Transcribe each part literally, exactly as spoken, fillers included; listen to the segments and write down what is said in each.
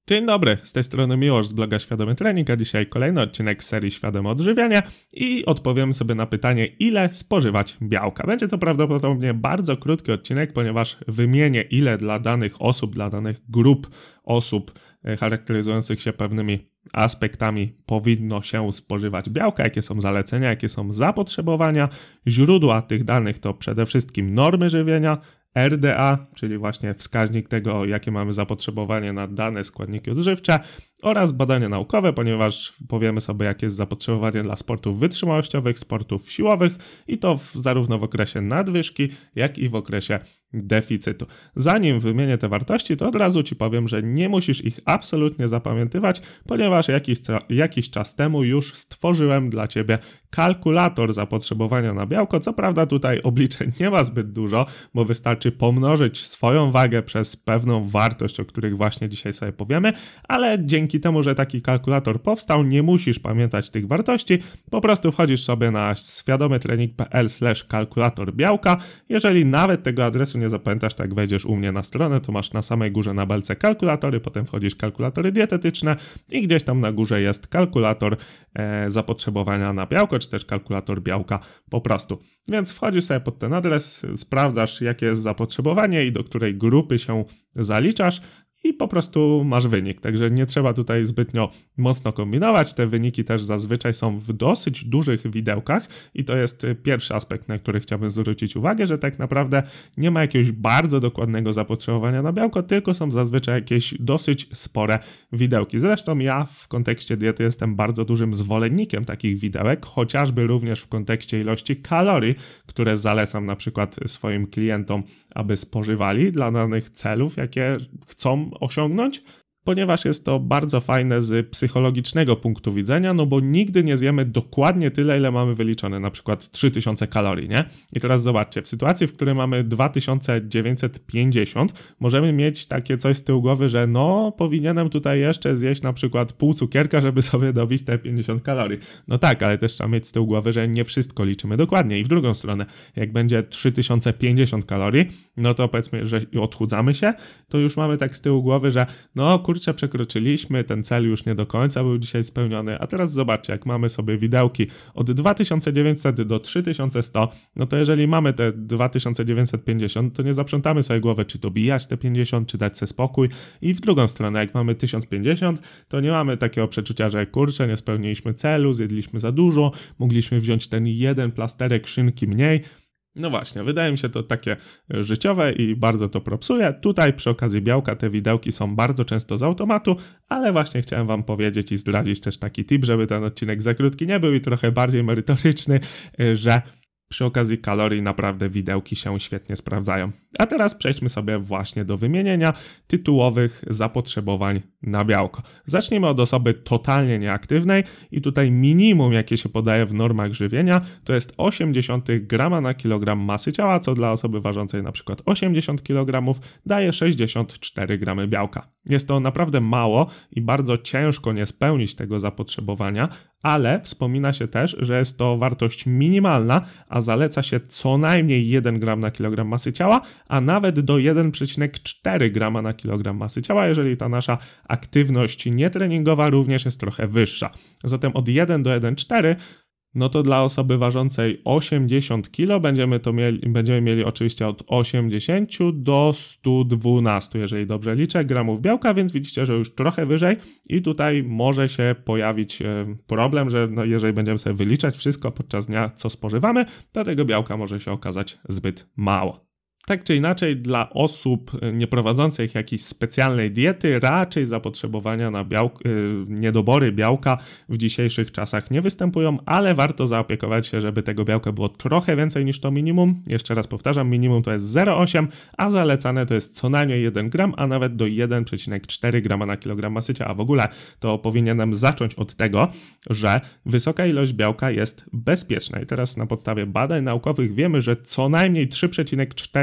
Dzień dobry, z tej strony Miłosz z bloga Świadomy Trening, a dzisiaj kolejny odcinek z serii Świadome Odżywianie i odpowiemy sobie na pytanie, ile spożywać białka. Będzie to prawdopodobnie bardzo krótki odcinek, ponieważ wymienię, ile dla danych osób, dla danych grup osób charakteryzujących się pewnymi aspektami powinno się spożywać białka, jakie są zalecenia, jakie są zapotrzebowania. Źródła tych danych to przede wszystkim normy żywienia, R D A, czyli właśnie wskaźnik tego, jakie mamy zapotrzebowanie na dane składniki odżywcze, oraz badania naukowe, ponieważ powiemy sobie, jakie jest zapotrzebowanie dla sportów wytrzymałościowych, sportów siłowych i to w, zarówno w okresie nadwyżki, jak i w okresie deficytu. Zanim wymienię te wartości, to od razu Ci powiem, że nie musisz ich absolutnie zapamiętywać, ponieważ jakiś, jakiś czas temu już stworzyłem dla Ciebie kalkulator zapotrzebowania na białko. Co prawda tutaj obliczeń nie ma zbyt dużo, bo wystarczy pomnożyć swoją wagę przez pewną wartość, o których właśnie dzisiaj sobie powiemy, ale dzięki temu, że taki kalkulator powstał, nie musisz pamiętać tych wartości, po prostu wchodzisz sobie na świadomytrening kropka p l slash kalkulator białka. Jeżeli nawet tego adresu nie zapamiętasz, tak wejdziesz u mnie na stronę, to masz na samej górze na belce kalkulatory, potem wchodzisz kalkulatory dietetyczne i gdzieś tam na górze jest kalkulator e, zapotrzebowania na białko, czy też kalkulator białka po prostu. Więc wchodzisz sobie pod ten adres, sprawdzasz, jakie jest zapotrzebowanie i do której grupy się zaliczasz i po prostu masz wynik, także nie trzeba tutaj zbytnio mocno kombinować. Te wyniki też zazwyczaj są w dosyć dużych widełkach i to jest pierwszy aspekt, na który chciałbym zwrócić uwagę, że tak naprawdę nie ma jakiegoś bardzo dokładnego zapotrzebowania na białko, tylko są zazwyczaj jakieś dosyć spore widełki. Zresztą ja w kontekście diety jestem bardzo dużym zwolennikiem takich widełek, chociażby również w kontekście ilości kalorii, które zalecam na przykład swoim klientom, aby spożywali dla danych celów, jakie chcą osiągnąć, ponieważ jest to bardzo fajne z psychologicznego punktu widzenia, no bo nigdy nie zjemy dokładnie tyle, ile mamy wyliczone, na przykład trzy tysiące kalorii, nie? I teraz zobaczcie, w sytuacji, w której mamy dwa tysiące dziewięćset pięćdziesiąt, możemy mieć takie coś z tyłu głowy, że no, powinienem tutaj jeszcze zjeść na przykład pół cukierka, żeby sobie dobić te pięćdziesiąt kalorii. No tak, ale też trzeba mieć z tyłu głowy, że nie wszystko liczymy dokładnie i w drugą stronę, jak będzie trzy tysiące pięćdziesiąt kalorii, no to powiedzmy, że odchudzamy się, to już mamy tak z tyłu głowy, że no kurczę, przekroczyliśmy, ten cel już nie do końca był dzisiaj spełniony, a teraz zobaczcie, jak mamy sobie widełki od dwa tysiące dziewięćset do trzy tysiące sto, no to jeżeli mamy te dwa tysiące dziewięćset pięćdziesiąt, to nie zaprzątamy sobie głowy, czy dobijać te pięćdziesiąt, czy dać sobie spokój i w drugą stronę, jak mamy tysiąc pięćdziesiąt, to nie mamy takiego przeczucia, że kurczę, nie spełniliśmy celu, zjedliśmy za dużo, mogliśmy wziąć ten jeden plasterek szynki mniej. No właśnie, wydaje mi się to takie życiowe i bardzo to propsuje. Tutaj przy okazji białka te widełki są bardzo często z automatu, ale właśnie chciałem Wam powiedzieć i zdradzić też taki tip, żeby ten odcinek za krótki nie był i trochę bardziej merytoryczny, że przy okazji kalorii naprawdę widełki się świetnie sprawdzają. A teraz przejdźmy sobie właśnie do wymienienia tytułowych zapotrzebowań na białko. Zacznijmy od osoby totalnie nieaktywnej i tutaj minimum, jakie się podaje w normach żywienia, to jest osiemdziesiąt grama na kilogram masy ciała, co dla osoby ważącej na przykład osiemdziesiąt kilogramów daje sześćdziesiąt cztery gramy białka. Jest to naprawdę mało i bardzo ciężko nie spełnić tego zapotrzebowania, ale wspomina się też, że jest to wartość minimalna, a zaleca się co najmniej jeden gram na kilogram masy ciała, a nawet do jeden przecinek cztery grama na kilogram masy ciała, jeżeli ta nasza aktywność nietreningowa również jest trochę wyższa. Zatem od jeden do jeden przecinek cztery, no to dla osoby ważącej osiemdziesiąt kilo będziemy, to mieli, będziemy mieli oczywiście od osiemdziesięciu do stu dwunastu, jeżeli dobrze liczę, gramów białka, więc widzicie, że już trochę wyżej i tutaj może się pojawić problem, że no jeżeli będziemy sobie wyliczać wszystko podczas dnia, co spożywamy, to tego białka może się okazać zbyt mało. Tak czy inaczej, dla osób nieprowadzących jakiejś specjalnej diety raczej zapotrzebowania na białk- niedobory białka w dzisiejszych czasach nie występują, ale warto zaopiekować się, żeby tego białka było trochę więcej niż to minimum. Jeszcze raz powtarzam, minimum to jest zero przecinek osiem, a zalecane to jest co najmniej jeden gram, a nawet do jeden przecinek cztery grama na kilogram masy ciała. W ogóle to powinienem zacząć od tego, że wysoka ilość białka jest bezpieczna i teraz na podstawie badań naukowych wiemy, że co najmniej trzy przecinek cztery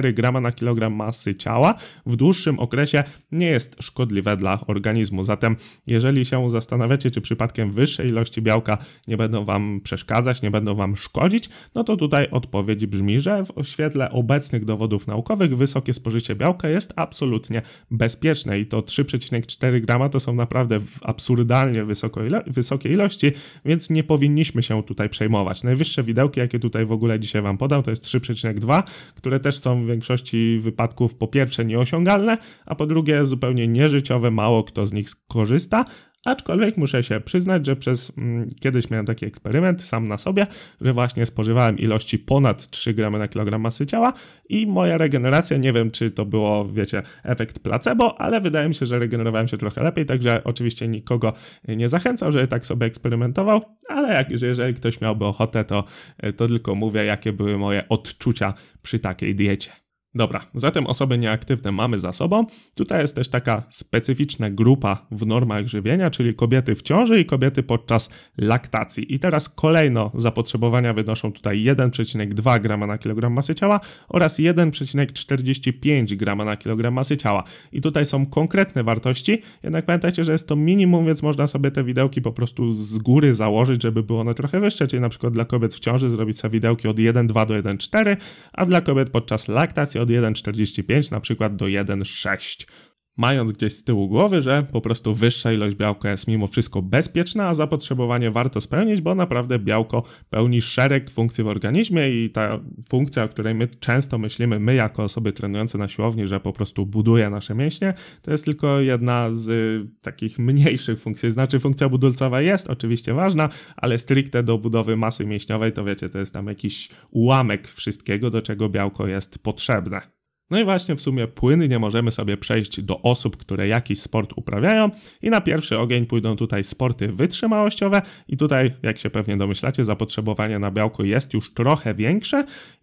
cztery grama na kilogram masy ciała w dłuższym okresie nie jest szkodliwe dla organizmu. Zatem jeżeli się zastanawiacie, czy przypadkiem wyższe ilości białka nie będą wam przeszkadzać, nie będą wam szkodzić, no to tutaj odpowiedź brzmi, że w świetle obecnych dowodów naukowych wysokie spożycie białka jest absolutnie bezpieczne i to trzy przecinek cztery grama to są naprawdę absurdalnie wysoko ilo- wysokie ilości, więc nie powinniśmy się tutaj przejmować. Najwyższe widełki, jakie tutaj w ogóle dzisiaj wam podam, to jest trzy przecinek dwa, które też są w większości wypadków po pierwsze nieosiągalne, a po drugie zupełnie nieżyciowe, mało kto z nich skorzysta. Aczkolwiek muszę się przyznać, że przez mm, kiedyś miałem taki eksperyment sam na sobie, że właśnie spożywałem ilości ponad trzy gramy na kilogram masy ciała i moja regeneracja, nie wiem czy to było, wiecie, efekt placebo, ale wydaje mi się, że regenerowałem się trochę lepiej, także oczywiście nikogo nie zachęcam, żeby tak sobie eksperymentował, ale jak, że jeżeli ktoś miałby ochotę, to, to tylko mówię, jakie były moje odczucia przy takiej diecie. Dobra, zatem osoby nieaktywne mamy za sobą. Tutaj jest też taka specyficzna grupa w normach żywienia, czyli kobiety w ciąży i kobiety podczas laktacji. I teraz kolejno zapotrzebowania wynoszą tutaj jeden przecinek dwa grama na kilogram masy ciała oraz jeden przecinek czterdzieści pięć grama na kilogram masy ciała. I tutaj są konkretne wartości, jednak pamiętajcie, że jest to minimum, więc można sobie te widełki po prostu z góry założyć, żeby było one trochę wyższe, czyli na przykład dla kobiet w ciąży zrobić sobie widełki od jeden przecinek dwa do jeden przecinek cztery, a dla kobiet podczas laktacji od jeden przecinek czterdzieści pięć na przykład do jeden przecinek sześć. Mając gdzieś z tyłu głowy, że po prostu wyższa ilość białka jest mimo wszystko bezpieczna, a zapotrzebowanie warto spełnić, bo naprawdę białko pełni szereg funkcji w organizmie i ta funkcja, o której my często myślimy, my jako osoby trenujące na siłowni, że po prostu buduje nasze mięśnie, to jest tylko jedna z y, takich mniejszych funkcji. Znaczy funkcja budulcowa jest oczywiście ważna, ale stricte do budowy masy mięśniowej to wiecie, to jest tam jakiś ułamek wszystkiego, do czego białko jest potrzebne. No i właśnie w sumie płynnie możemy sobie przejść do osób, które jakiś sport uprawiają i na pierwszy ogień pójdą tutaj sporty wytrzymałościowe i tutaj, jak się pewnie domyślacie, zapotrzebowanie na białko jest już trochę większe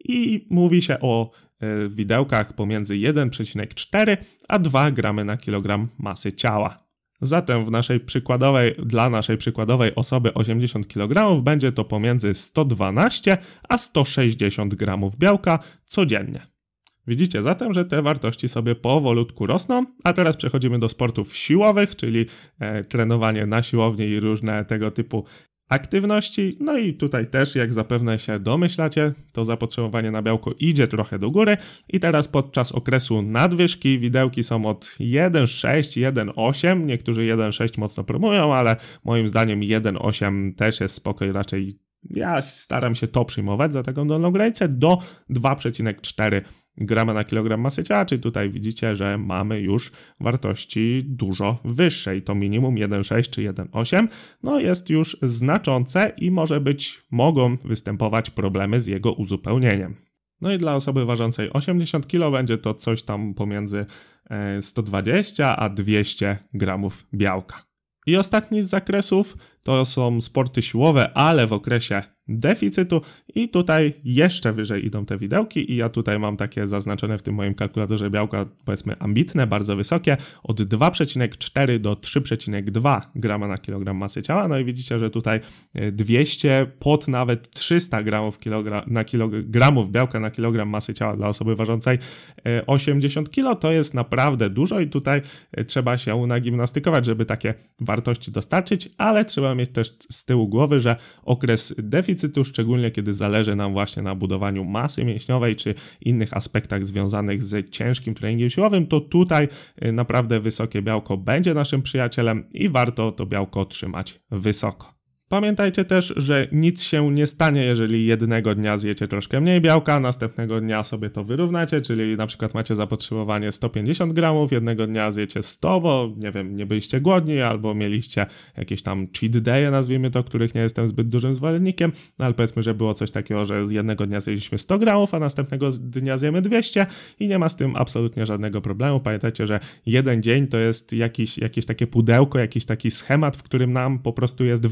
i mówi się o y, widełkach pomiędzy jeden przecinek cztery a dwa gramy na kilogram masy ciała. Zatem w naszej przykładowej, dla naszej przykładowej osoby osiemdziesiąt kilogramów będzie to pomiędzy sto dwanaście a sto sześćdziesiąt gramów białka codziennie. Widzicie zatem, że te wartości sobie powolutku rosną, a teraz przechodzimy do sportów siłowych, czyli e, trenowanie na siłowni i różne tego typu aktywności. No i tutaj też, jak zapewne się domyślacie, to zapotrzebowanie na białko idzie trochę do góry i teraz podczas okresu nadwyżki widełki są od jeden przecinek sześć, jeden przecinek osiem, niektórzy jeden przecinek sześć mocno promują, ale moim zdaniem jeden przecinek osiem też jest spoko i raczej ja staram się to przyjmować za taką dolną granicę do dwa przecinek cztery grama na kilogram masy ciała, czyli tutaj widzicie, że mamy już wartości dużo wyższe i to minimum jeden przecinek sześć czy jeden przecinek osiem no jest już znaczące i może być, mogą występować problemy z jego uzupełnieniem. No i dla osoby ważącej osiemdziesiąt kilogramów będzie to coś tam pomiędzy sto dwadzieścia a dwieście gramów białka. I ostatni z zakresów to są sporty siłowe, ale w okresie deficytu i tutaj jeszcze wyżej idą te widełki i ja tutaj mam takie zaznaczone w tym moim kalkulatorze białka, powiedzmy ambitne, bardzo wysokie, od dwa przecinek cztery do trzy przecinek dwa grama na kilogram masy ciała, no i widzicie, że tutaj dwieście pod nawet trzysta gramów kilogra- na kilogramów białka na kilogram masy ciała dla osoby ważącej osiemdziesiąt kilogramów to jest naprawdę dużo i tutaj trzeba się nagimnastykować, żeby takie wartości dostarczyć, ale trzeba mieć też z tyłu głowy, że okres deficytu, szczególnie kiedy zależy nam właśnie na budowaniu masy mięśniowej czy innych aspektach związanych z ciężkim treningiem siłowym, to tutaj naprawdę wysokie białko będzie naszym przyjacielem i warto to białko trzymać wysoko. Pamiętajcie też, że nic się nie stanie, jeżeli jednego dnia zjecie troszkę mniej białka, następnego dnia sobie to wyrównacie, czyli na przykład macie zapotrzebowanie sto pięćdziesiąt gramów, jednego dnia zjecie sto, bo nie wiem, nie byliście głodni albo mieliście jakieś tam cheat day'e, nazwijmy to, których nie jestem zbyt dużym zwolennikiem, no ale powiedzmy, że było coś takiego, że jednego dnia zjedliśmy sto gramów, a następnego dnia zjemy dwieście i nie ma z tym absolutnie żadnego problemu. Pamiętajcie, że jeden dzień to jest jakiś, jakieś takie pudełko, jakiś taki schemat, w którym nam po prostu jest wygodniej się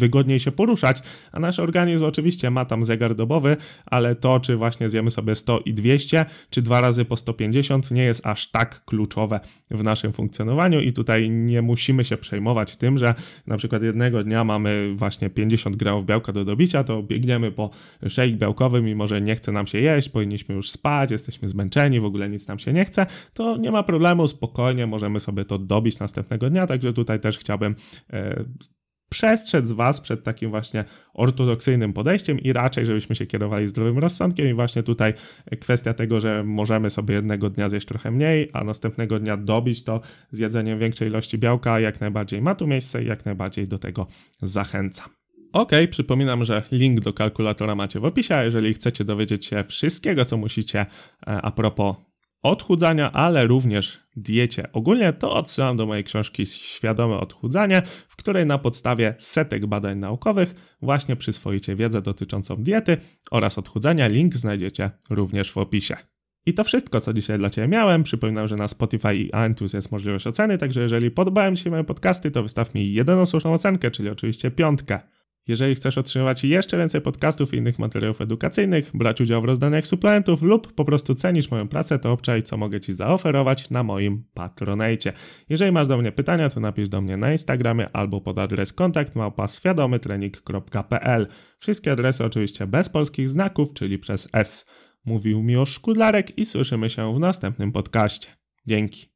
się poruszać, a nasz organizm oczywiście ma tam zegar dobowy, ale to, czy właśnie zjemy sobie sto i dwieście, czy dwa razy po sto pięćdziesiąt, nie jest aż tak kluczowe w naszym funkcjonowaniu i tutaj nie musimy się przejmować tym, że na przykład jednego dnia mamy właśnie pięćdziesiąt gramów białka do dobicia, to biegniemy po shake białkowy, mimo że nie chce nam się jeść, powinniśmy już spać, jesteśmy zmęczeni, w ogóle nic nam się nie chce, to nie ma problemu, spokojnie możemy sobie to dobić następnego dnia, także tutaj też chciałbym e, przestrzec was przed takim właśnie ortodoksyjnym podejściem i raczej, żebyśmy się kierowali zdrowym rozsądkiem i właśnie tutaj kwestia tego, że możemy sobie jednego dnia zjeść trochę mniej, a następnego dnia dobić to z jedzeniem większej ilości białka jak najbardziej ma tu miejsce i jak najbardziej do tego zachęcam. Ok, przypominam, że link do kalkulatora macie w opisie, a jeżeli chcecie dowiedzieć się wszystkiego, co musicie a propos odchudzania, ale również diecie ogólnie, to odsyłam do mojej książki Świadome odchudzanie, w której na podstawie setek badań naukowych właśnie przyswoicie wiedzę dotyczącą diety oraz odchudzania. Link znajdziecie również w opisie. I to wszystko, co dzisiaj dla Ciebie miałem. Przypominam, że na Spotify i iTunes jest możliwość oceny, także jeżeli podobają Ci się moje podcasty, to wystaw mi jedyną słuszną ocenkę, czyli oczywiście piątkę. Jeżeli chcesz otrzymywać jeszcze więcej podcastów i innych materiałów edukacyjnych, brać udział w rozdaniach suplementów lub po prostu cenisz moją pracę, to obczaj, co mogę Ci zaoferować na moim Patronite. Jeżeli masz do mnie pytania, to napisz do mnie na Instagramie albo pod adres kontakt małpa świadomytrening kropka p l. Wszystkie adresy oczywiście bez polskich znaków, czyli przez S. Mówił Miłosz Szkudlarek i słyszymy się w następnym podcaście. Dzięki.